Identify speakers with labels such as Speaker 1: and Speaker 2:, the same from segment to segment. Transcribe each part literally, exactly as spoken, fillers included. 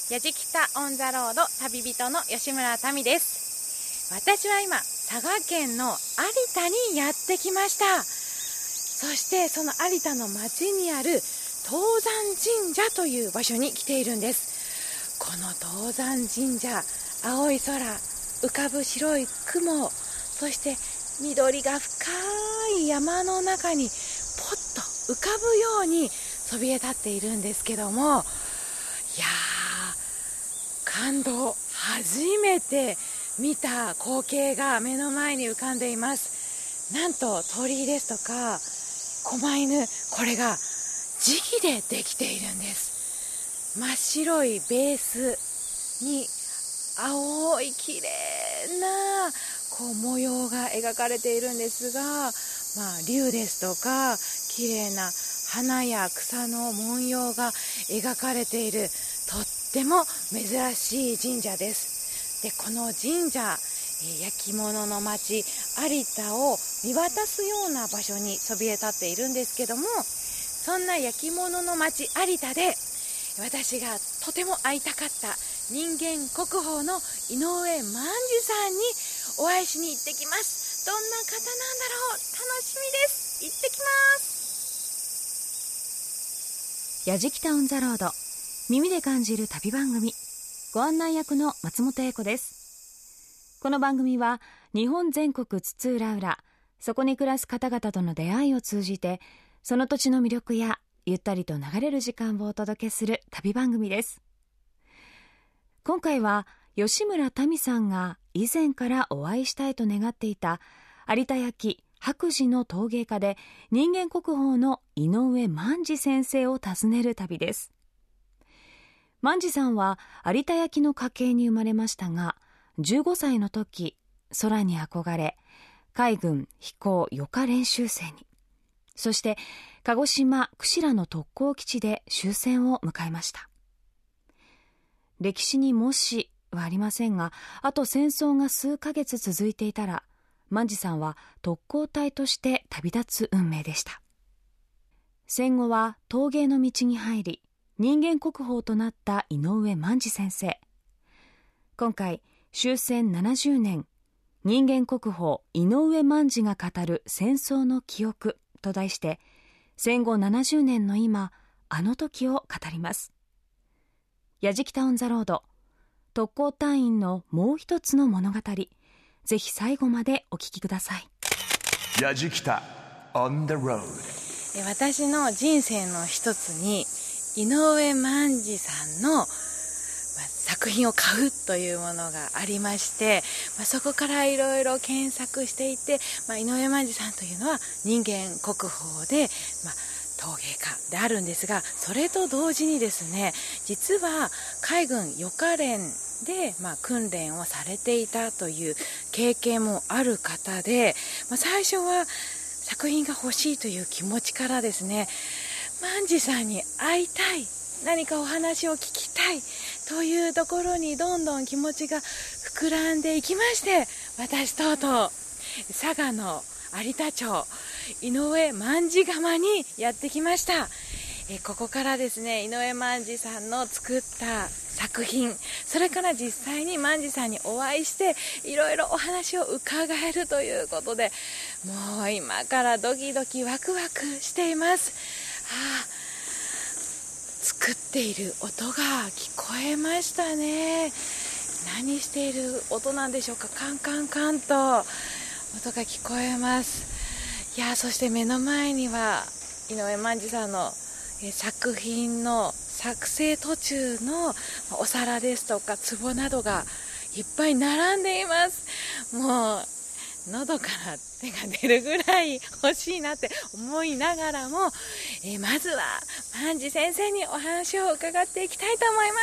Speaker 1: やじきたオンザロード旅人の吉村民です。私は今佐賀県の有田にやってきました。そしてその有田の町にある東山神社という場所に来ているんです。この東山神社、青い空、浮かぶ白い雲、そして緑が深い山の中にポッと浮かぶようにそびえ立っているんですけども、いやー感動、初めて見た光景が目の前に浮かんでいます。なんと鳥居ですとか狛犬、これが磁器でできているんです。真っ白いベースに青い綺麗なこう模様が描かれているんですが、まあ、竜ですとか綺麗な花や草の文様が描かれているとっても珍しい神社です。で、この神社、焼き物の町有田を見渡すような場所にそびえ立っているんですけども、そんな焼き物の町有田で私がとても会いたかった人間国宝の井上万次さんにお会いしに行ってきます。どんな方なんだろう、楽しみです。行ってきます。
Speaker 2: やじきたオンザロード、耳で感じる旅番組、ご案内役の松本英子です。この番組は日本全国津々浦々、そこに暮らす方々との出会いを通じて、その土地の魅力やゆったりと流れる時間をお届けする旅番組です。今回は吉村民さんが以前からお会いしたいと願っていた有田焼白磁の陶芸家で人間国宝の井上万次先生を訪ねる旅です。万次さんは有田焼の家系に生まれましたが、じゅうごさいの時空に憧れ海軍飛行予科練習生に、そして鹿児島串良の特攻基地で終戦を迎えました。歴史にもしはありませんが、あと戦争が数ヶ月続いていたら万次さんは特攻隊として旅立つ運命でした。戦後は陶芸の道に入り人間国宝となった井上万次先生。今回終戦ななじゅうねん、人間国宝井上万次が語る戦争の記憶と題して、戦後ななじゅうねんの今、あの時を語ります。やじきたオンザロード、特攻隊員のもう一つの物語、ぜひ最後までお聞きください。
Speaker 3: やじきたオンザロード。
Speaker 1: 私の人生の一つに井上万次さんの作品を買うというものがありまして、まあ、そこからいろいろ検索していて、まあ、井上万次さんというのは人間国宝で、まあ、陶芸家であるんですが、それと同時にですね、実は海軍予科練で、まあ、訓練をされていたという経験もある方で、まあ、最初は作品が欲しいという気持ちからですね、万次さんに会いたい、何かお話を聞きたいというところにどんどん気持ちが膨らんでいきまして、私とうとう佐賀の有田町井上万次窯にやってきました。えここからですね、井上万次さんの作った作品、それから実際に万次さんにお会いしていろいろお話を伺えるということで、もう今からドキドキワクワクしています。はあ、作っている音が聞こえましたね。何している音なんでしょうか。カンカンカンと音が聞こえます。いや、そして目の前には井上万次さんの作品の作成途中のお皿ですとか壺などがいっぱい並んでいます。もう喉から手が出るぐらい欲しいなって思いながらも、えー、まずは万次先生にお話を伺っていきたいと思います。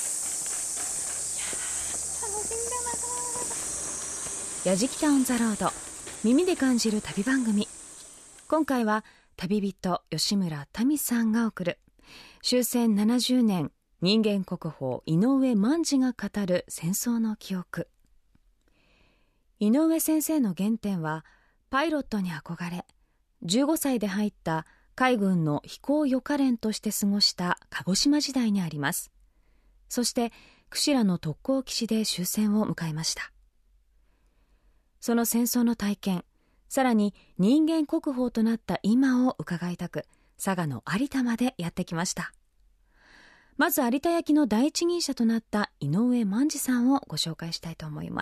Speaker 1: いや、楽しみだな。
Speaker 2: やじきたオンザロード、耳で感じる旅番組。今回は旅人吉村民さんが送る終戦ななじゅうねん人間国宝井上万次が語る戦争の記憶。井上先生の原点はパイロットに憧れ、じゅうごさいで入った海軍の飛行予科練として過ごした鹿児島時代にあります。 そして櫛田の特攻基地で終戦を迎えました。その戦争の体験、さらに人間国宝となった今を伺いたく、佐賀の有田までやってきました。まず有田焼の第一人者となった井上万次さんをご紹介したいと思います。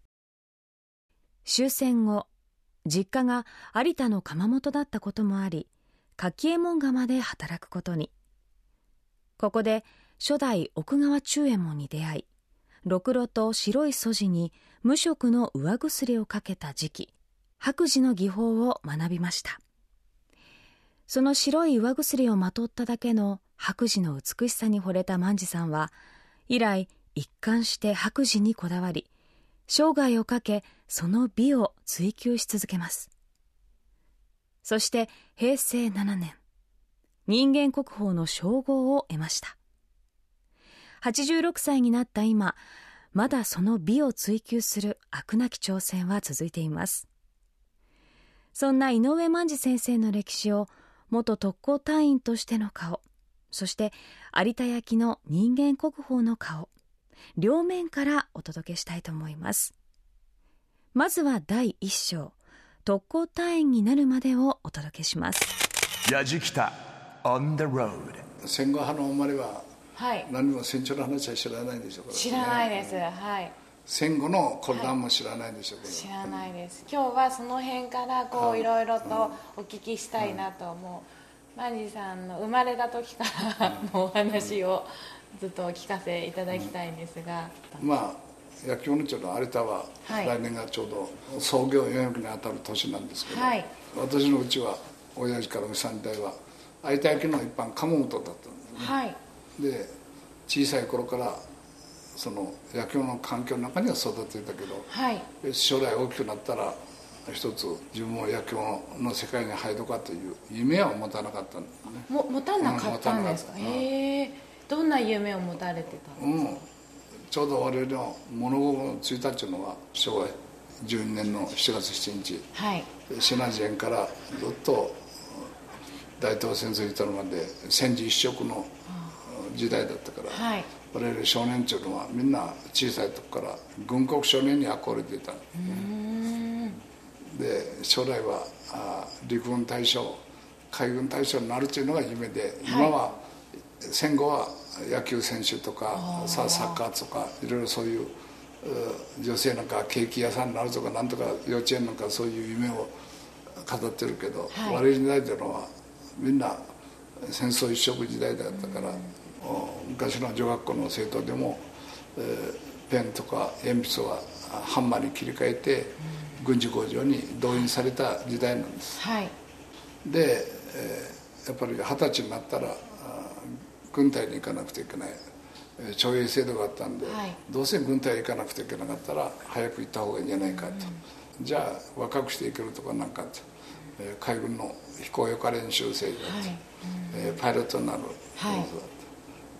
Speaker 2: 終戦後、実家が有田の窯元だったこともあり、柿右衛門窯で働くことに。ここで初代奥川忠右衛門に出会い、ろくろと白い素地に無色の上薬をかけた磁器、白磁の技法を学びました。その白い上薬をまとっただけの白磁の美しさに惚れた万次さんは、以来一貫して白磁にこだわり、生涯をかけその美を追求し続けます。そしてへいせいななねん、人間国宝の称号を得ました。はちじゅうろくさいになった今、まだその美を追求する飽くなき挑戦は続いています。そんな井上万次先生の歴史を、元特攻隊員としての顔、そして有田焼の人間国宝の顔、両面からお届けしたいと思います。まずはだいいっ章、特攻隊員になるまでをお届けします。
Speaker 3: やじきた on the road。
Speaker 4: 戦後派の生まれは、
Speaker 1: はい、
Speaker 4: 何も戦場の話は知らないでしょう、ね、
Speaker 1: 知らないです。はい。
Speaker 4: 戦後の混乱も知らないでしょう、ね、
Speaker 1: 知らないです。今日はその辺からこういろいろとお聞きしたいなと思う。万次さんの生まれた時からのお話をずっとお聞かせいただきたいんですが、
Speaker 4: うん、まあ焼き物町の有田は、はい、来年がちょうど創業よんひゃくねんあたる年なんですけど、はい、私のうちは親父からおじさん代は有田焼の一般窯元だったんですね、はい、で小さい頃からその焼き物の環境の中には育てたけど、はい、将来大きくなったら一つ自分も焼き物の世界に入ろうかという夢は持たなかったんですね。
Speaker 1: も持たなかったんですか。うん、へえ。どんな夢を持たれてたんですか。うん、
Speaker 4: ちょうど我々の物心ついたっていうのはしょうわじゅうにねんのしちがつしちにち、はい、シナジ園からずっと大東戦争に至るまで戦時一色の時代だったから、はい、我々少年っていうのはみんな小さい時から軍国少年に憧れていた。うーんで将来はあ陸軍大将海軍大将になるというのが夢で、はい、今は戦後は野球選手とかサッカーとかいろいろそういう女性なんかケーキ屋さんになるとかなんとか幼稚園なんかそういう夢を語ってるけど、はい、我々時代というのはみんな戦争一色時代だったから、昔の女学校の生徒でも、えー、ペンとか鉛筆はハンマーに切り替えて軍事工場に動員された時代なんです、はい、で、えー、やっぱり二十歳になったら軍隊に行かなくてはいけない徴兵制度があったんで、はい、どうせ軍隊に行かなくてはいけなかったら早く行った方がいいんじゃないかと、うん、じゃあ若くして行けるとかなんかと、えー、海軍の飛行予科練習生だと、はい、えー、パイロットになる、はい、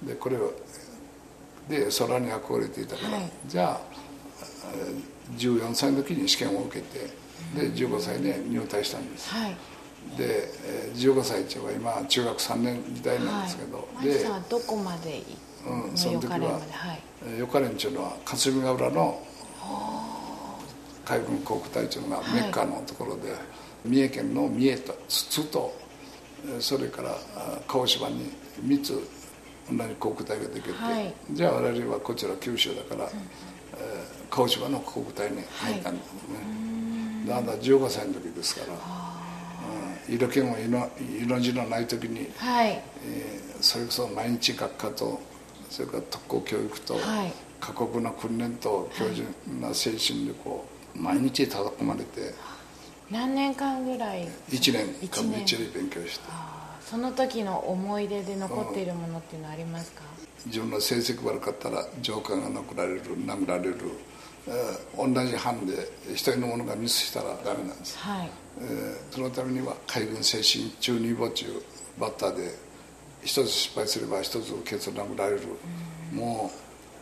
Speaker 4: でこれをで空に憧れていたから、はい、じゃあじゅうよんさいの時に試験を受けてでじゅうごさいで入隊したんです、はい、でじゅうごさいっていうのは今中学さんねん時代なんですけど、
Speaker 1: はい、でさんはどこまで
Speaker 4: うん、その時は予科練っていうのは霞ヶ浦の海軍航空隊っていうのがメッカのところで、はい、三重県の三重と津とそれから鹿児島にみっつ同じ航空隊ができて、はい、じゃあ我々はこちら九州だから、うん、えー、鹿児島の航空隊に入ったんですね、はい、だからじゅうごさいの時ですから、うん、色気も色地のない時に、はい、えー、それこそ毎日学科とそれから特攻教育と、はい、過酷な訓練と強靭な精神力を毎日叩き込まれて、
Speaker 1: 何年間ぐらい
Speaker 4: いちねん間みっちり勉強して、
Speaker 1: その時の思い出で残っているものっていうのはありますか。
Speaker 4: 自分の成績悪かったら上官が殴られる殴られる、えー、同じ班で一人の者がミスしたらダメなんです、はい、えー、そのためには海軍精神中二母中バッターで一つ失敗すれば一つケツを殴られる、うん、もう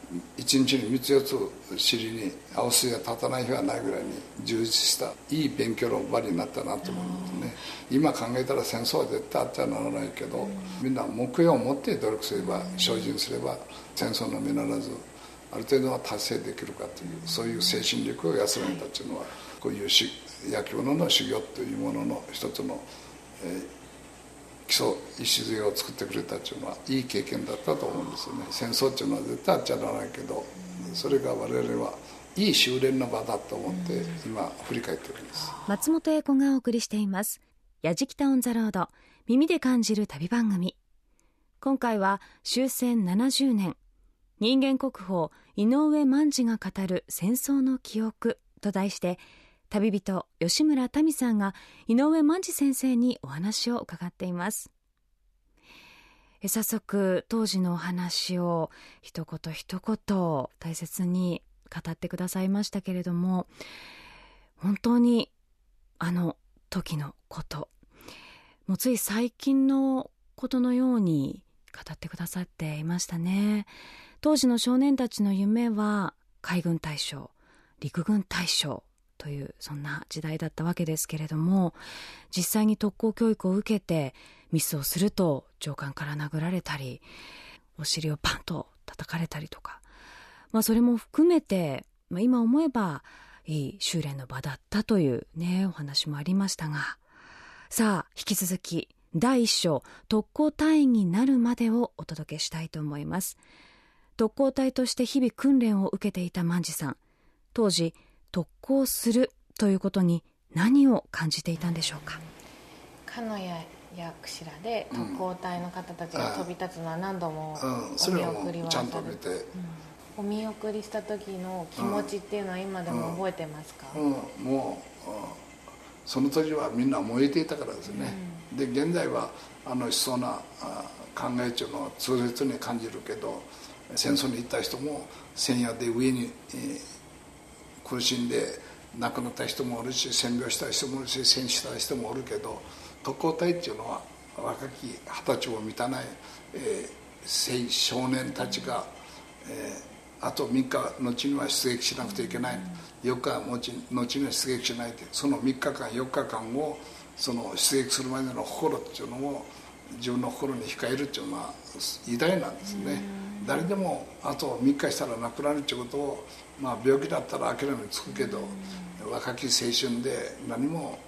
Speaker 4: 一日にみっつよっつ尻に青筋が立たない日はないぐらいに充実したいい勉強の場になったなと思うんですね。今考えたら戦争は絶対あってはならないけど、みんな目標を持って努力すれば精進すれば戦争のみならずある程度は達成できるかという、そういう精神力を安らげたというのは、こういう焼き物の修行というものの一つの、えー、基礎礎を作ってくれたというのはいい経験だったと思うんですよね。戦争っていうのは絶対あっちゃならないけど、それが我々はいい修練の場だと思って今振り返っております。
Speaker 2: 松本英子がお送りしていますやじきたオンザロード、耳で感じる旅番組。今回は終戦ななじゅうねん、人間国宝井上万次が語る戦争の記憶と題して、旅人吉村民さんが井上万次先生にお話を伺っています。え早速当時のお話を一言一言大切に語ってくださいましたけれども、本当にあの時のこと、もうつい最近のことのように語ってくださっていましたね。当時の少年たちの夢は海軍大将、陸軍大将というそんな時代だったわけですけれども、実際に特攻教育を受けてミスをすると上官から殴られたり、お尻をパンと叩かれたりとか、まあ、それも含めて、まあ、今思えばいい修練の場だったというねお話もありましたが、さあ引き続きだいいっ章特攻隊員になるまでをお届けしたいと思います。特攻隊として日々訓練を受けていた万次さん、当時特攻するということに何を感じていたんでしょうか。
Speaker 1: 鹿屋や櫛田で特攻隊の方たちが飛び立つのは何度もお見送りはされて、うん、お見送りした時の気持ちっていうのは今でも覚えてますか？
Speaker 4: うんうん、もう、うん、その時はみんな燃えていたからですね、うん、で現在はあの悲壮な考えというのを痛烈に感じるけど、戦争に行った人も戦夜で上に、えー、苦しんで亡くなった人もおるし、戦病した人もおるし、戦死した人もおるけど、特攻隊っていうのは若き二十歳を満たない、えー、青少年たちが、えー、あとみっか後には出撃しなくてはいけない、よっか後には出撃しないで、そのみっかかんよっかかんをその出撃するまでの心っていうのを自分の心に控えるっていうのは偉大なんですね。誰でもあとみっかしたら亡くなるっていうことを、まあ、病気だったら諦めつくけど、若き青春で何も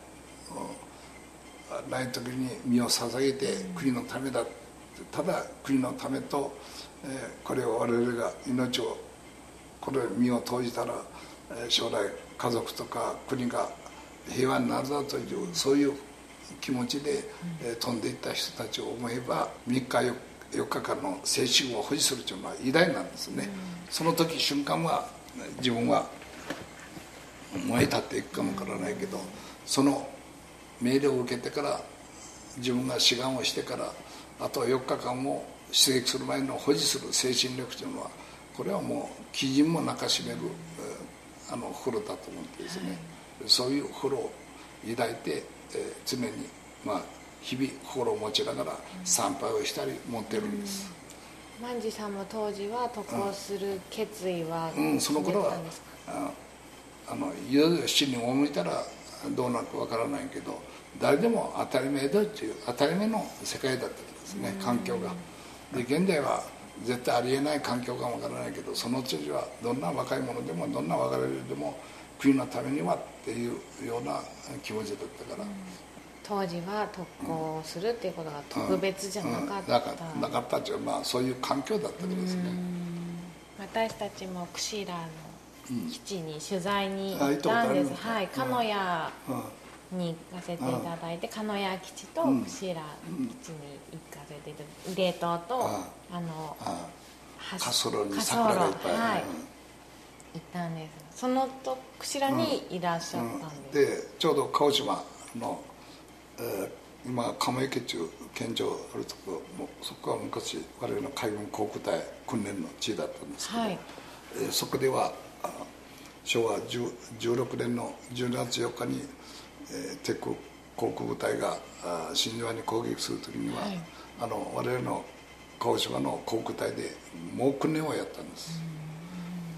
Speaker 4: ない時に身を捧げて国のためだ、ただ国のためと、えー、これを我々が命をこれ身を投じたら、えー、将来家族とか国が平和になるだという、そういう気持ちで、えー、飛んでいった人たちを思えばみっかよっかかんの精神を保持するというのは偉大なんですね、うん、その時瞬間は自分は燃え立っていくかもわからないけど、その命令を受けてから自分が志願をしてからあとよっかかんも出撃する前の保持する精神力というのは、これはもう基人も中しめる、えー、あの心だと思ってですね、はい、そういう心を抱いて、えー、常にまあ日々心を持ちながら参拝をしたり持ってるんです。
Speaker 1: 万次さんも当時は渡航する決意は
Speaker 4: 決めてたんですか？うん、その頃はあのいよいよ死に赴いたらどうなるかわからないけど、誰でも当たり前だという当たり前の世界だったんですね、環境が。で現代は絶対ありえない環境かもわからないけど、その時はどんな若い者でもどんな若いでも国のためにはっていうような気持ちだったから、うん、
Speaker 1: 当時は特攻するっていうことが特別じゃなかった、うんうん、なか
Speaker 4: なかったという、まあ、そういう環境だったわけですね。
Speaker 1: 私たちも櫛田の基地に取材に行ったんです、うん、はい、鹿屋に行かせていただいて、鹿屋基地と櫛田基地に行かせていただいて、慰霊塔とあの
Speaker 4: 滑走路に桜がいっぱい、はい、
Speaker 1: 行ったんです。そのと櫛田にいらっしゃったんです、
Speaker 4: うん、でちょうど鹿児島の、えー、今鴨池中県庁あるところも、そこは昔我々の海軍航空隊訓練の地だったんですけど、はい、えー、そこではしょうわじゅうろくねんのじゅうにがつよっかに、えー、鉄空航空部隊が真珠湾に攻撃するときには、はい、あの我々の鹿児島の航空隊で猛訓練をやったんです。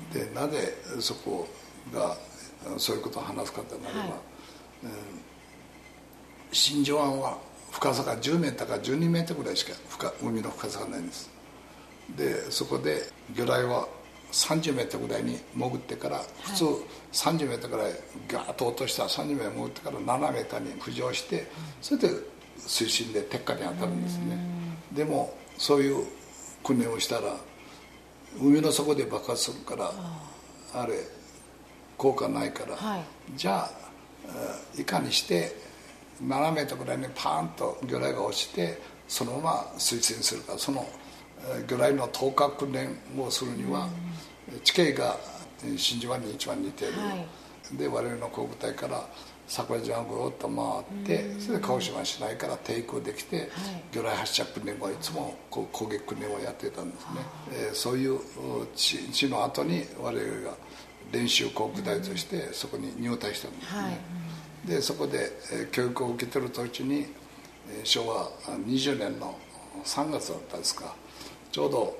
Speaker 4: でなぜそこがそういうことを話すかとなれば、はい、うん、真珠湾は深さがじゅうメートルからじゅうにメートルぐらいしか深海の深さがないんです。でそこで魚雷はさんじゅうメートルぐらいに潜ってから、はい、普通さんじゅうメートルぐらいガーッと落としたらさんじゅうメートル潜ってからななメートルに浮上して、それで水深で鉄火に当たるんですね。でもそういう訓練をしたら海の底で爆発するから、あれ効果ないから、はい、じゃあいかにしてななメートルぐらいにパーンと魚雷が落ちてそのまま水深するか、その魚雷の投下訓練をするには地形が真珠湾に一番似ている、はい、で我々の航空隊から桜島をぐるっと回って、それで鹿児島市内から低空できて、はい、魚雷発射訓練をいつもこう攻撃訓練をやっていたんですね。えー、そういう地の後に我々が練習航空隊としてそこに入隊したんですね。はい、でそこで、えー、教育を受けてる途中に、えー、しょうわにじゅうねんのさんがつだったんですか、ちょうど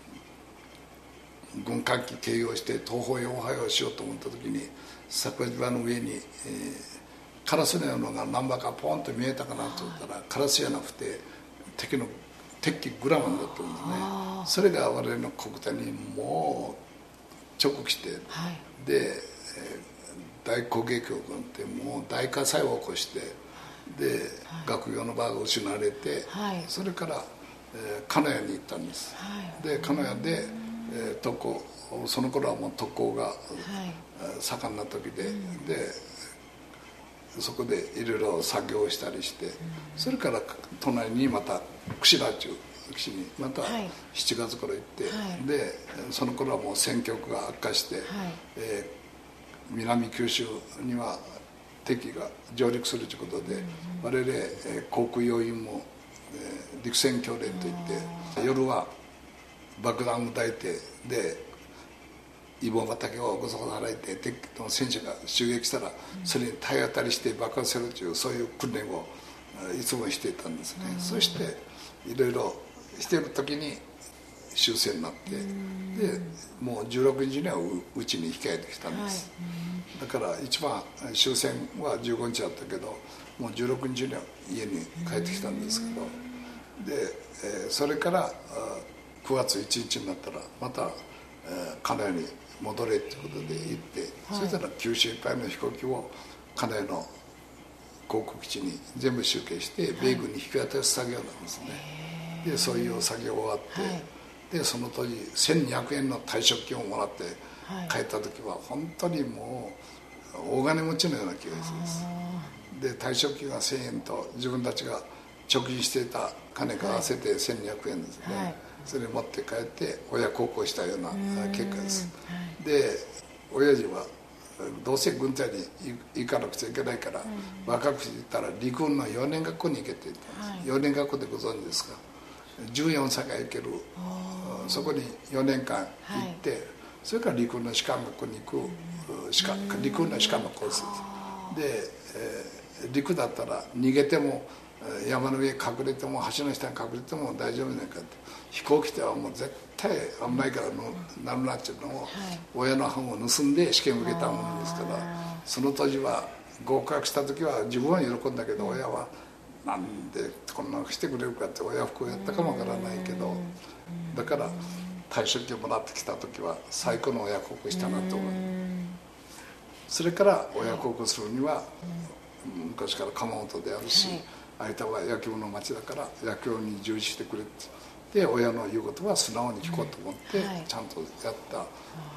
Speaker 4: 軍艦機経由をして東方へ往復をしようと思った時に桜島の上に、えー、カラスのようなのが何羽かポンと見えたかなと思ったら、カラスじゃなくて敵の敵機グラマンだったんですね。それが我々の国体にもう直撃して、はい、で、えー、大攻撃を行ってもう大火災を起こして、で、はい、学業の場が失われて、はい、それから鹿屋に行ったんです。はい、で鹿屋で、えー、特攻、その頃はもう特攻が、はい、盛んな時で、うん、でそこでいろいろ作業をしたりして、うん、それから隣にまた串良中基地にまたしちがつ頃行って、はい、でその頃はもう戦局が悪化して、はい、えー、南九州には敵が上陸するということで、うん、我々、えー、航空要員も陸戦教練といって夜は爆弾を抱いて、でイボ畑をごそごそ払いて敵の戦車が襲撃したらそれに体当たりして爆発するという、そういう訓練をいつもしていたんですね。そしていろいろしている時に終戦になって、でもうじゅうろくにちにはうちに控えてきたんです。だから一番終戦はじゅうごにちだったけど、もうじゅうろくにちには家に帰ってきたんですけど、で、えー、それからくがついちにちになったらまた、えー、金谷に戻れってことで行って、はい、そしたら九州いっぱいの飛行機を金谷の航空基地に全部集計して米軍に引き渡す作業なんですね。はい、でそういう作業終わって、はい、でその当時せんにひゃくえんの退職金をもらって帰った時は本当にもう大金持ちのような気がします。で退職金がせんえんと自分たちが貯金していた金から合わせてせんにひゃくえんですね。はい、それ持って帰って親孝行したような結果です。で親父はどうせ軍隊に行かなくちゃいけないから、うん、若くしていたら陸軍のよねん学校に行けって言ったんです。はい、よねん学校でご存知ですか。じゅうよんさいが行ける、そこによねんかん行って、はい、それから陸軍の士官学校に行く、うん、士官陸軍の士官のコースです。で、えー、陸だったら逃げても山の上隠れても橋の下に隠れても大丈夫なんかって、飛行機ではもう絶対危ないからのなるなっちゅうのを、はい、親の班を盗んで試験を受けたものですから、その当時は合格した時は自分は喜んだけど、親はなんでこんなのしてくれるかって親不孝やったかもわからないけど、だから退職金をもらってきた時は最高の親孝行したなと思う。それから親孝行するには昔から窯元であるし、はい、相手は野球の町だから野球に従事してくれってで、親の言うことは素直に聞こうと思ってちゃんとやった、はい、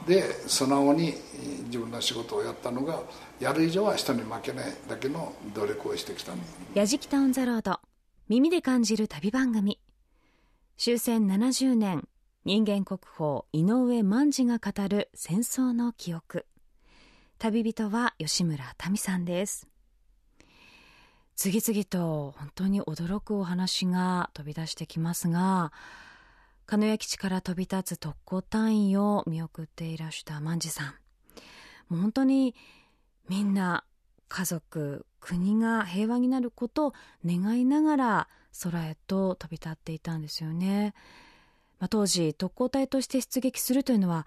Speaker 4: で素直に自分の仕事をやったのが、やる以上は人に負けないだけの努力をしてきたの。
Speaker 2: やじきたオンザロード、耳で感じる旅番組。終戦ななじゅうねん、人間国宝井上万次が語る戦争の記憶。旅人は吉村民さんです。次々と本当に驚くお話が飛び出してきますが、鹿屋基地から飛び立つ特攻隊員を見送っていらした万次さん、もう本当にみんな家族国が平和になることを願いながら空へと飛び立っていたんですよね。まあ、当時特攻隊として出撃するというのは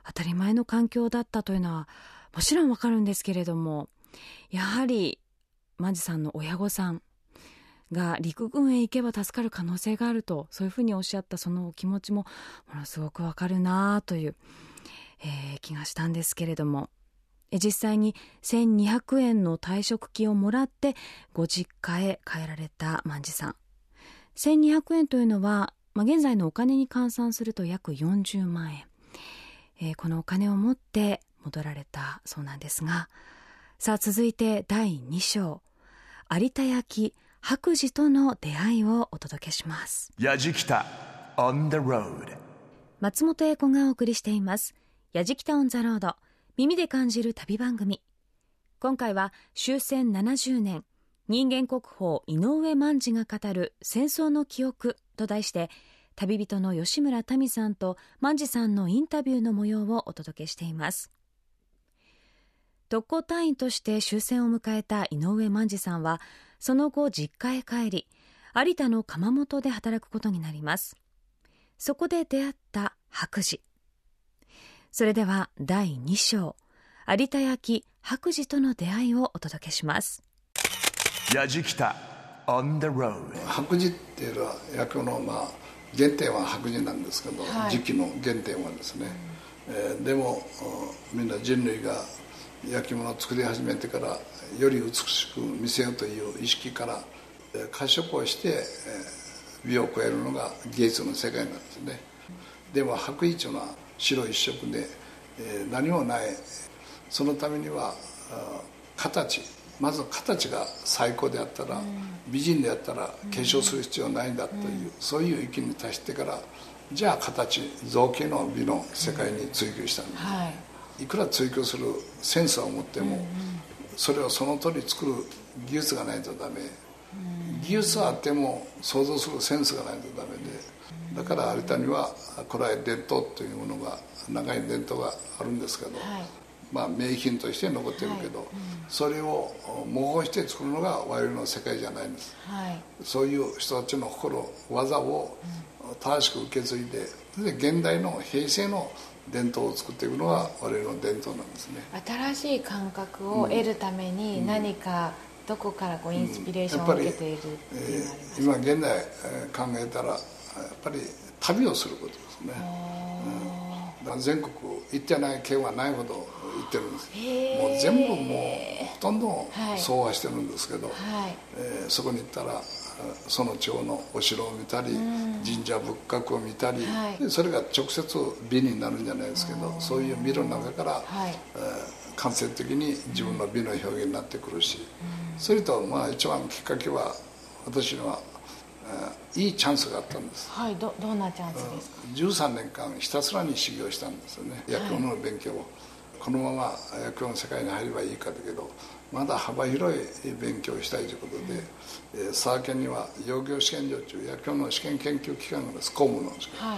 Speaker 2: 当たり前の環境だったというのはもちろんわかるんですけれども、やはり万次さんの親御さんが陸軍へ行けば助かる可能性があると、そういうふうにおっしゃったそのお気持ちもものすごくわかるなという、えー、気がしたんですけれども、実際にせんにひゃくえんの退職金をもらってご実家へ帰られた万次さん。せんにひゃくえんというのは、まあ、現在のお金に換算すると約よんじゅうまんえん、えー、このお金を持って戻られたそうなんですが、さあ続いてだいに章、有田焼白磁との出会いをお届けします。
Speaker 3: やじきた on the road。
Speaker 2: 松本英子がお送りしていますやじきたオンザロード、耳で感じる旅番組。今回は終戦ななじゅうねん、人間国宝井上万次が語る戦争の記憶と題して、旅人の吉村民さんと万次さんのインタビューの模様をお届けしています。特攻隊員として終戦を迎えた井上万次さんは、その後実家へ帰り、有田の窯元で働くことになります。そこで出会った白磁。それではだいに章、有田焼白磁との出会いをお届けします。
Speaker 3: やじきた on the road。
Speaker 4: 白磁っていうのは焼き物の、まあ、原点は白磁なんですけど、はい、磁器の原点はですね、うんえー、でもみんな人類が焼き物を作り始めてからより美しく見せようという意識から褐色をして美を超えるのが芸術の世界なんですね。でも白磁というのは白一色で何もない。そのためには形、まず形が最高であったら、美人であったら化粧する必要ないんだという、そういう域に達してから、じゃあ形、造形の美の世界に追求したんです、はい、いくら追求するセンスを持っても、それをその通り作る技術がないとダメ、技術はあっても想像するセンスがないとダメで、だから有田には古来伝統というものが、長い伝統があるんですけど、はい、まあ名品として残ってるけど、はいうん、それを模倣して作るのが我々の世界じゃないんです、はい、そういう人たちの心、技を正しく受け継いで、で現代の平成の伝統を作っていくのが我々の伝統なんですね。
Speaker 1: 新しい感覚を得るために何かどこからこうインスピレーションを受けているっていうのがありますか？
Speaker 4: 今現代考えたらやっぱり旅をすることですね、うん、全国行ってない県はないほど行ってるんです。もう全部もうほとんど総和してるんですけど、はいえー、そこに行ったらその地方のお城を見たり、うん、神社仏閣を見たり、はい、それが直接美になるんじゃないですけど、そういう美の中から、はいえー、間接的に自分の美の表現になってくるし、うん、それとまあ一番きっかけは私には、えー、いいチャンスがあったんです。
Speaker 1: はい、どどんなチャンスですか？
Speaker 4: じゅうさんねんかんひたすらに修行したんですよね、焼き物の勉強を、はい、このまま焼き物の世界に入ればいいかだけど、まだ幅広い勉強をしたいということで、うん、佐賀県には養業試験場という焼き物の試験研究機関があります。公務の試験、はい、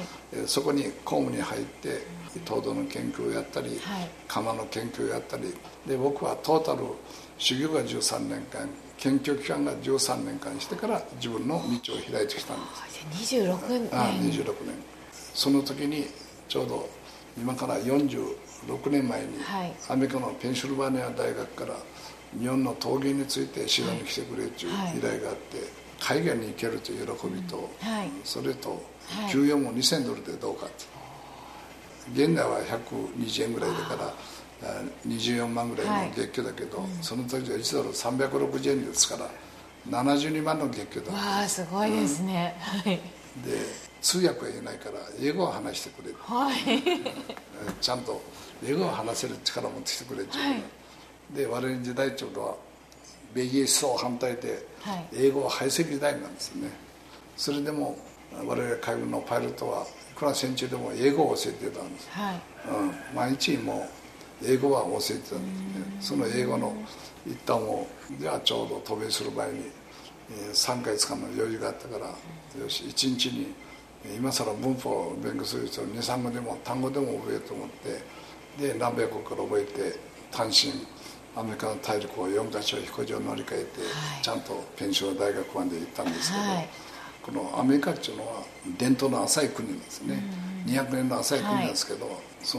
Speaker 4: そこに公務に入って陶土の研究をやったり、はい、窯の研究をやったりで、僕はトータル修行がじゅうさんねんかん、研究期間がじゅうさんねんかんしてから自分の道を開いてきたんです。
Speaker 1: にじゅうろくねん。
Speaker 4: ああにじゅうろくねん。その時にちょうど今からよんじゅうろくねんまえに、はい、アメリカのペンシルバニア大学から日本の陶芸について指導に来てくれという依頼があって、はい、海外に行けるという喜びと、はい、それと給与もにせんドルでどうかと、現代はひゃくにじゅうえんぐらいだからにじゅうよんまんぐらいの月給だけど、はいうん、その時はいちドルさんびゃくろくじゅうえんですからななじゅうにまんの月給だった。
Speaker 1: わあすごいですね、うん、はい、
Speaker 4: で通訳がいないから英語を話してくれる、はい、ちゃんと英語を話せる力を持ってきてくれっていう、はい、で我々の時代っていうのは米技思想反対で英語は排斥時代なんですよね。それでも我々海軍のパイロットはいくら戦中でも英語を教えてたんです、はいうん、毎日もう英語は教えてたんですね。その英語の一旦をじゃあちょうど渡米する前にさんかげつかんの余裕があったから、よしいちにちに今更文法を勉強する人にさんごでも単語でも覚えようと思って、で何百個から覚えて単身アメリカの大陸をよんかしょ飛行場を乗り換えて、はい、ちゃんとペンシル大学まで行ったんですけど、はい、このアメリカっていうのは伝統の浅い国なんですね、うん、にひゃくねんの浅い国なんですけど、はい、その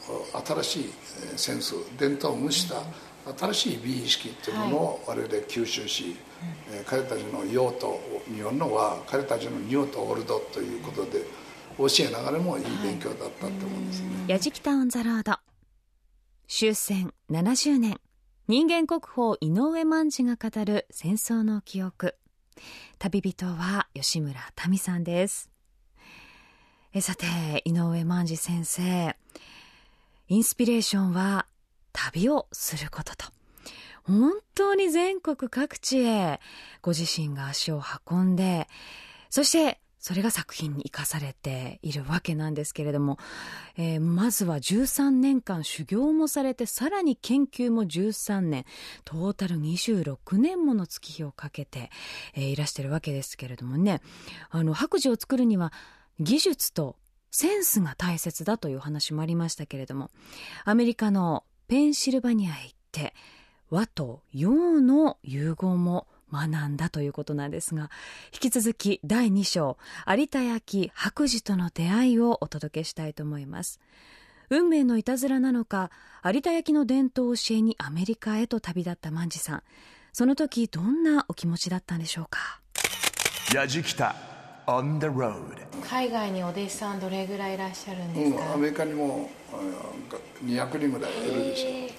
Speaker 4: 新しいセンス、伝統を無視した新しい美意識というものを我々吸収し、はい、彼たちの洋と日本のは彼たちのニューとオールドということで教えながらもいい勉強だったと思うんですね。
Speaker 2: やじきたオンザロード終戦ななじゅうねん、人間国宝井上万次が語る戦争の記憶。旅人は吉村民さんです。えさて、井上万次先生、インスピレーションは旅をすることと、本当に全国各地へご自身が足を運んで、そしてそれが作品に生かされているわけなんですけれども、えー、まずはじゅうさんねんかん修行もされて、さらに研究もじゅうさんねん、トータルにじゅうろくねんもの月日をかけて、えー、いらしてるわけですけれどもね、あの白磁を作るには技術とセンスが大切だという話もありましたけれども、アメリカのペンシルバニアへ行って和と洋の融合も学んだということなんですが、引き続きだいに章有田焼白磁との出会いをお届けしたいと思います。運命のいたずらなのか、有田焼の伝統を教えにアメリカへと旅立った万次さん、その時どんなお気持ちだったんでしょうか。
Speaker 3: やじきた on the road。
Speaker 1: 海外にお弟子さんどれぐらいいらっしゃるんですか。
Speaker 4: うん、アメリカにもにひゃくにんぐらいいるでしょう、
Speaker 1: えー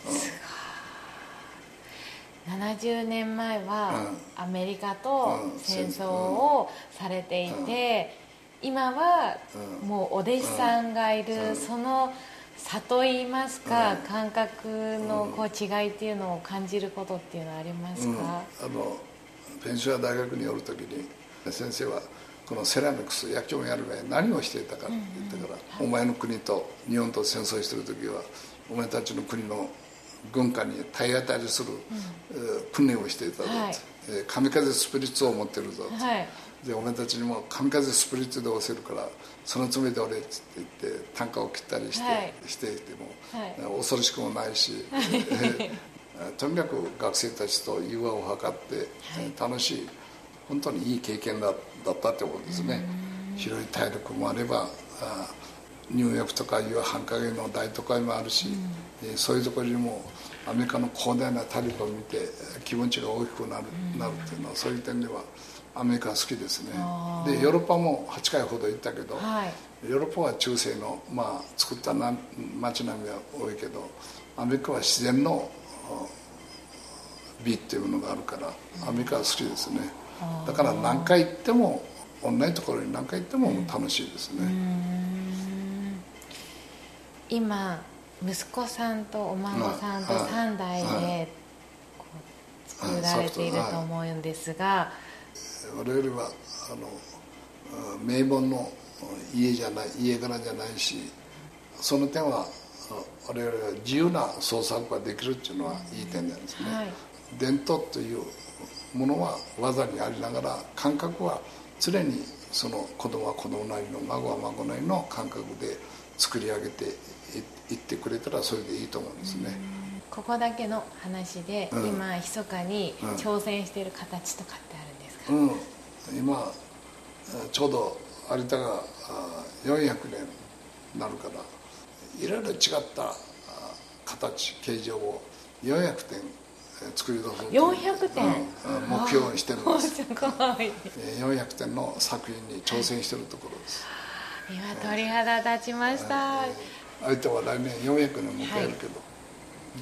Speaker 1: ななじゅうねんまえはアメリカと戦争をされていて、今はもうお弟子さんがいる、その差といいますか、感覚のこう違いっていうのを感じることっていうのはありますか。うん、あ
Speaker 4: のペンシル大学におるときに先生はこのセラミックス焼き物やる前に何をしていたかって言ってから、うんうん、お前の国と日本と戦争してるときはお前たちの国の軍艦に体当たりする、うん、訓練をしていたぞ、はい、神風スピリッツを持ってるぞ、はい、でお前たちにも神風スピリッツで押せるからそのつもりで俺って言って単価を切ったりして、はい、していても、はい、恐ろしくもないし、はい、とにかく学生たちと融和を図って、はい、楽しい本当にいい経験だだったと思うんですね。広い大陸もあればあニューヨークとかいう繁華街の大都会もあるし、うん、そういうところにもアメリカの広大な大陸を見て気持ちが大きくなる、うん、なるっていうのはそういう点ではアメリカは好きですね。でヨーロッパもはちかいほど行ったけど、はい、ヨーロッパは中世の、まあ、作ったな街並みは多いけどアメリカは自然の美っていうものがあるからアメリカは好きですね。だから何回行っても同じところに何回行っても楽しいですね。うん、
Speaker 1: 今息子さんとお孫さんとさんだいでこう作られていると思うんですが、
Speaker 4: 我々はあの名門の家じゃない家柄じゃないし、その点は我々は自由な創作ができるっていうのはいい点なんですね。はい、伝統というものは技にありながら感覚は常にその子供は子供なりの孫は孫なりの感覚で作り上げていってくれたらそれでいいと思うんですね。
Speaker 1: ここだけの話で、うん、今密かに挑戦している形とかってあるんですか。
Speaker 4: うん、今ちょうど有田がよんひゃくねんになるからいろいろ違った形形状をよんひゃくてん作り出そうと
Speaker 1: よんひゃくてん、うん、
Speaker 4: 目標にしてるんです。
Speaker 1: すごい
Speaker 4: よんひゃくてんの作品に挑戦してるところです。
Speaker 1: 今鳥肌立ちました。
Speaker 4: 有田は来年よんひゃくねん迎えるけど、はい、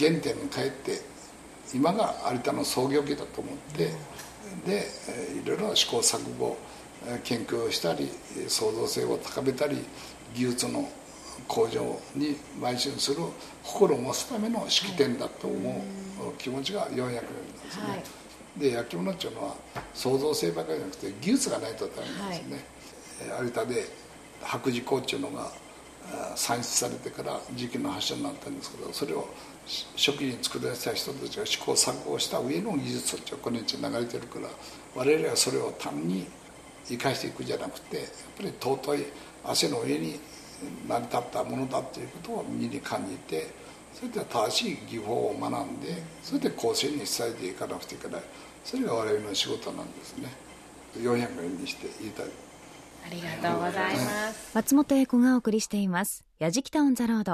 Speaker 4: 原点に帰って今が有田の創業期だと思って、うん、でいろいろ試行錯誤研究をしたり創造性を高めたり技術の向上に邁進する心を持つための式典だと思う気持ちがよんひゃくねんなんですね。はい、で焼き物っていうのは創造性ばかりじゃなくて技術がないとダメなんですね。はい、有田で白磁鋼っていうのが産出されてから磁器の発祥になったんですけど、それを初期に作り出した人たちが試行錯誤した上の技術ってこのうち流れてるから、我々はそれを単に生かしていくじゃなくてやっぱり尊い汗の上に成り立ったものだということを身に感じて、それで正しい技法を学んでそれで後世に伝えていかなくてはいけない。それが我々の仕事なんですね。よんひゃくねんにして言いたい。
Speaker 1: ありがとうございます。
Speaker 2: 松本英子がお送りしていますやじきたオンザロード。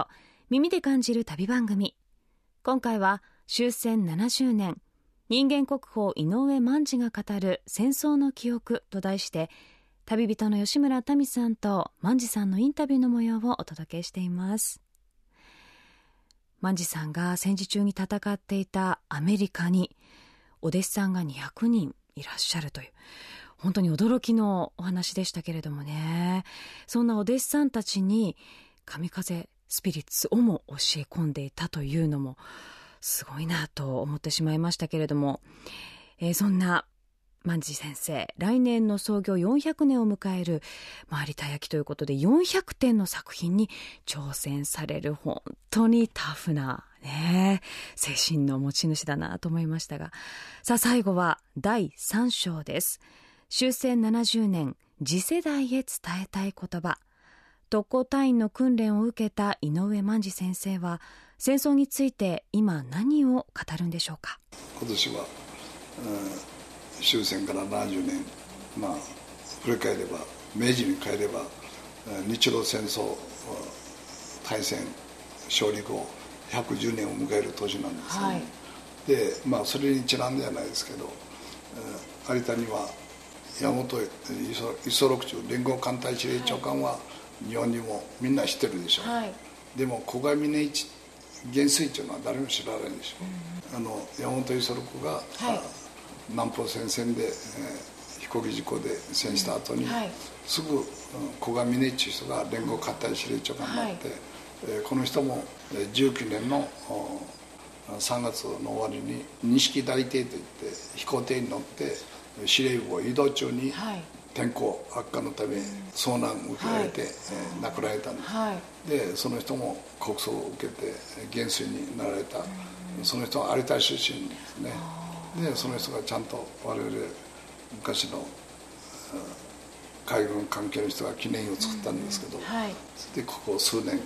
Speaker 2: 耳で感じる旅番組。今回は終戦ななじゅうねん、人間国宝井上万次が語る戦争の記憶と題して、旅人の吉村民さんと万次さんのインタビューの模様をお届けしています。万次さんが戦時中に戦っていたアメリカにお弟子さんがにひゃくにんいらっしゃるという、本当に驚きのお話でしたけれどもね。そんなお弟子さんたちに神風スピリッツをも教え込んでいたというのもすごいなと思ってしまいましたけれども、えー、そんな万次先生、来年の創業よんひゃくねんを迎える有田焼ということでよんひゃくてんの作品に挑戦される、本当にタフなね精神の持ち主だなと思いましたが、さあ最後はだいさん章です。終戦ななじゅうねん、次世代へ伝えたい言葉。特攻隊員の訓練を受けた井上万次先生は戦争について今何を語るんでしょうか。
Speaker 4: 今年は、うん、終戦からななじゅうねん、まあ振り返れば明治に帰れば日露戦争大戦勝利後ひゃくじゅうねんを迎える年なんですね、はい、でまあそれにちなんではないですけど、うん、有田には山本五十六中連合艦隊司令長官は、はい、日本にもみんな知ってるでしょう、はい、でも古賀峰一元帥というのは誰も知らないでしょう、うん、あの山本五十六が、はい、南方戦線で、えー、飛行機事故で戦した後に、うんはい、すぐ、うん、古賀峰一という人が連合艦隊司令長官になって、はいえー、この人もじゅうきゅうねんのさんがつの終わりに錦大艇といって飛行艇に乗って司令部を移動中に、はい天候悪化のため遭難を受けられて、はいえー、亡くなられたんです、はい、でその人も国葬を受けて元帥になられた、うん、その人は有田出身ですね。でその人がちゃんと我々昔の、うん、海軍関係の人が記念碑を作ったんですけど、うんはい、でここ数年間、うんえー、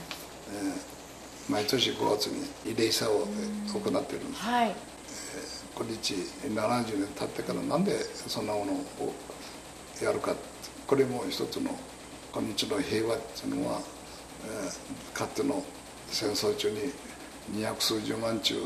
Speaker 4: 毎年ごがつに慰霊祭を、うん、行っているんです、はいえー、今日ななじゅうねん経ってからなんでそんなものをやるか。これも一つの今日の平和っていうのは、えー、かつての戦争中に二百数十万中、うん、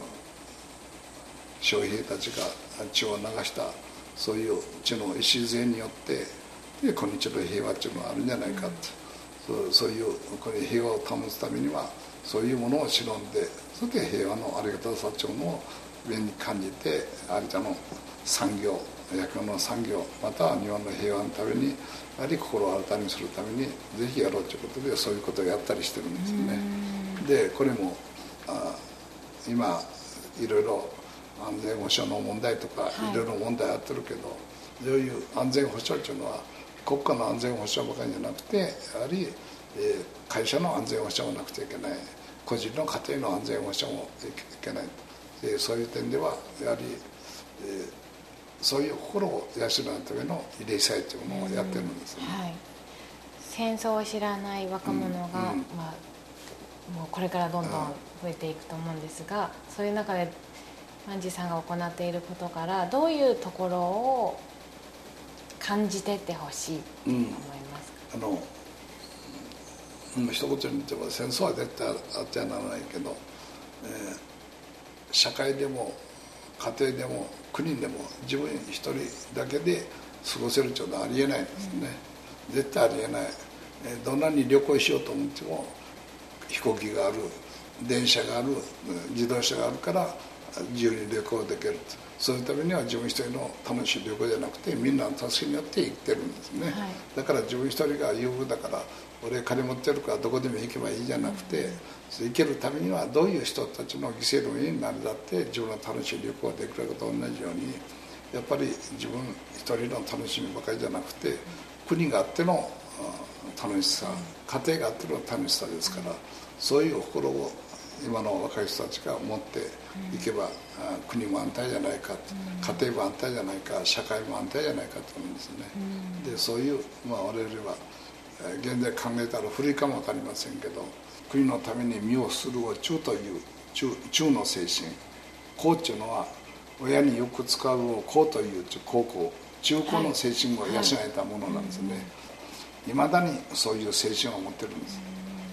Speaker 4: 将兵たちが血を流したそういう血の礎によってで今日の平和っていうのはあるんじゃないかと、うん、そう、そういうこれ平和を保つためにはそういうものを忍んでそれで平和のありがたさっていうのを上に感じて有田の産業野球の産業または日本の平和のためにやはり心を新たにするためにぜひやろうということでそういうことをやったりしてるんですよね。でこれもあ今いろいろ安全保障の問題とか、はい、いろいろ問題あってるけどそういう安全保障というのは国家の安全保障ばかりじゃなくてやはり、えー、会社の安全保障もなくちゃいけない個人の家庭の安全保障もいけないでそういう点ではやはり、えーそういう心を養うための慰霊祭というものをやってるんですね、はい、
Speaker 1: 戦争を知らない若者が、うんうんまあ、もうこれからどんどん増えていくと思うんですが、うん、そういう中で万次さんが行っていることからどういうところを感じてってほしいと思いますか。
Speaker 4: うん、あの、うん、一言に言っても戦争は絶対あってはならないけど、えー、社会でも家庭でも国でも自分一人だけで過ごせるというのはありえないんですね、うん、絶対ありえない。どんなに旅行しようと思っても飛行機がある電車がある自動車があるから自由に旅行できる。そういうためには自分一人の楽しい旅行じゃなくてみんなの助けによって生きてるんですね、はい、だから自分一人が裕福だから俺金持ってるからどこでも行けばいいじゃなくて、うん、生きるためにはどういう人たちの犠牲の上になるだって自分の楽しい旅行ができることと同じようにやっぱり自分一人の楽しみばかりじゃなくて国があっての楽しさ家庭があっての楽しさですからそういう心を今の若い人たちが持っていけば、うん、国も安泰じゃないか、うん、家庭も安泰じゃないか社会も安泰じゃないかと思うんですね、うん、でそういう、まあ、我々は現在考えたら古いかも分かりませんけど国のために身をするを忠という忠、忠の精神孝というのは親によく使うを孝という孝行忠孝の精神を養えたものなんですね、はいはい、未だにそういう精神を持ってるんです、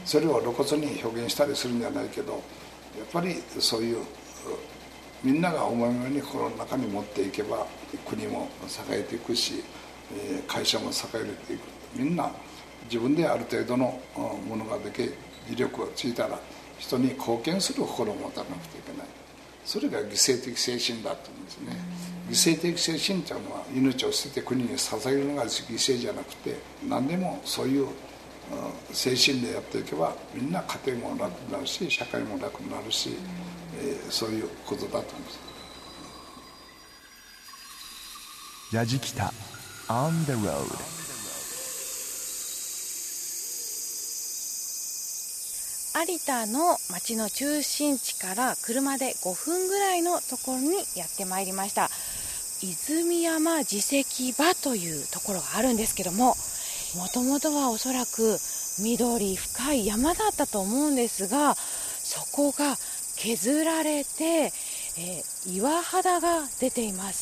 Speaker 4: それを露骨に表現したりするんじゃないけど、やっぱりそういうみんなが思いのように心の中に持っていけば国も栄えていくし、会社も栄えていく。みんな自分である程度のものができ魅力がついたら人に貢献する心を持たなくてはいけない。それが犠牲的精神だと思うんですね。犠牲的精神というのは命を捨てて国に捧げるのが犠牲じゃなくて、何でもそういう精神でやっていけばみんな家庭も楽になるし社会も楽になるし、えー、そういうことだと思います。
Speaker 3: やじきた On the road。
Speaker 1: 有田の町の中心地から車でごふんぐらいのところにやってまいりました。泉山自石場というところがあるんですけども、もともとはおそらく緑深い山だったと思うんですが、そこが削られて、えー、岩肌が出ています。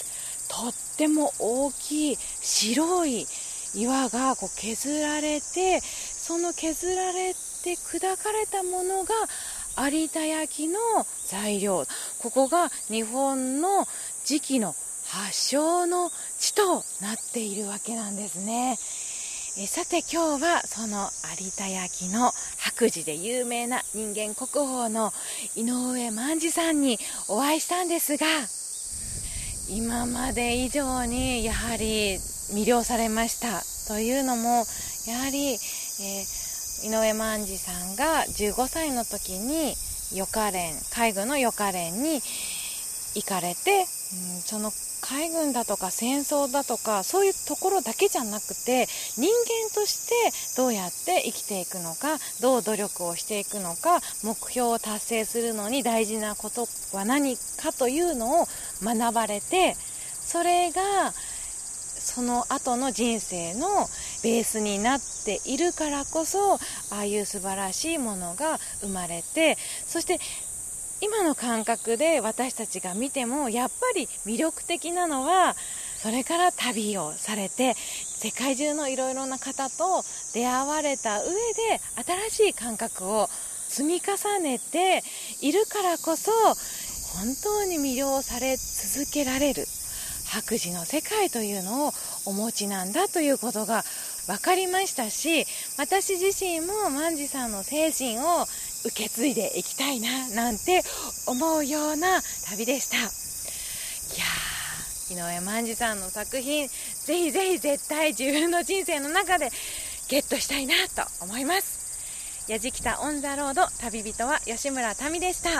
Speaker 1: とっても大きい白い岩がこう削られて、その削られてで砕かれたものが有田焼の材料。ここが日本の磁器の発祥の地となっているわけなんですね。えさて今日はその有田焼の白磁で有名な人間国宝の井上万次さんにお会いしたんですが、今まで以上にやはり魅了されました。というのもやはり、えー井上万次さんがじゅうごさいの時に予科練海軍の予科練に行かれて、うん、その海軍だとか戦争だとかそういうところだけじゃなくて、人間としてどうやって生きていくのか、どう努力をしていくのか、目標を達成するのに大事なことは何かというのを学ばれて、それがその後の人生のベースになっているからこそ、ああいう素晴らしいものが生まれて、そして今の感覚で私たちが見てもやっぱり魅力的なのは、それから旅をされて世界中のいろいろな方と出会われた上で新しい感覚を積み重ねているからこそ、本当に魅了され続けられる白磁の世界というのをお持ちなんだということが分かりましたし、私自身も万次さんの精神を受け継いでいきたいななんて思うような旅でした。いやー、井上万次さんの作品、ぜひぜひ絶対自分の人生の中でゲットしたいなと思います。やじきたオンザロード、旅人は吉村民でした。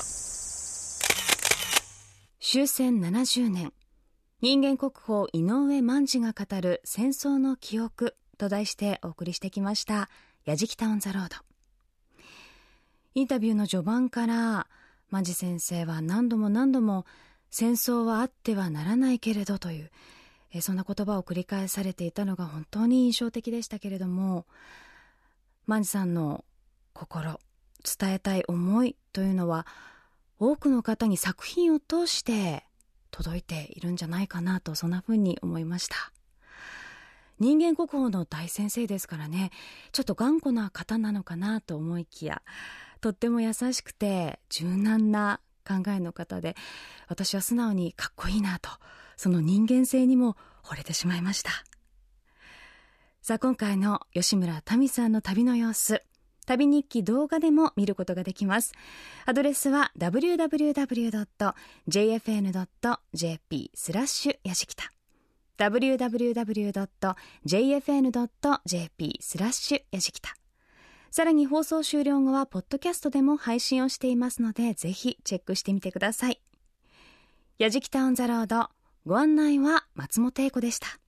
Speaker 2: 終戦ななじゅうねん、人間国宝井上万次が語る戦争の記憶と題してお送りしてきましたやじきたオンザロード。インタビューの序盤から万次先生は何度も何度も戦争はあってはならないけれどという、えそんな言葉を繰り返されていたのが本当に印象的でしたけれども、万次さんの心、伝えたい思いというのは多くの方に作品を通して届いているんじゃないかなと、そんな風に思いました。人間国宝の大先生ですからね、ちょっと頑固な方なのかなと思いきや、とっても優しくて柔軟な考えの方で、私は素直にかっこいいなと、その人間性にも惚れてしまいました。さあ、今回の吉村民さんの旅の様子、旅日記動画でも見ることができます。アドレスは ダブリューダブリューダブリュードットジェイエフエヌドットジェーピースラッシュやじきた ダブリューダブリューダブリュードットジェイエフエヌドットジェーピースラッシュやじきた。さらに放送終了後はポッドキャストでも配信をしていますので、ぜひチェックしてみてください。やじきたオンザロード、ご案内は松本英子でした。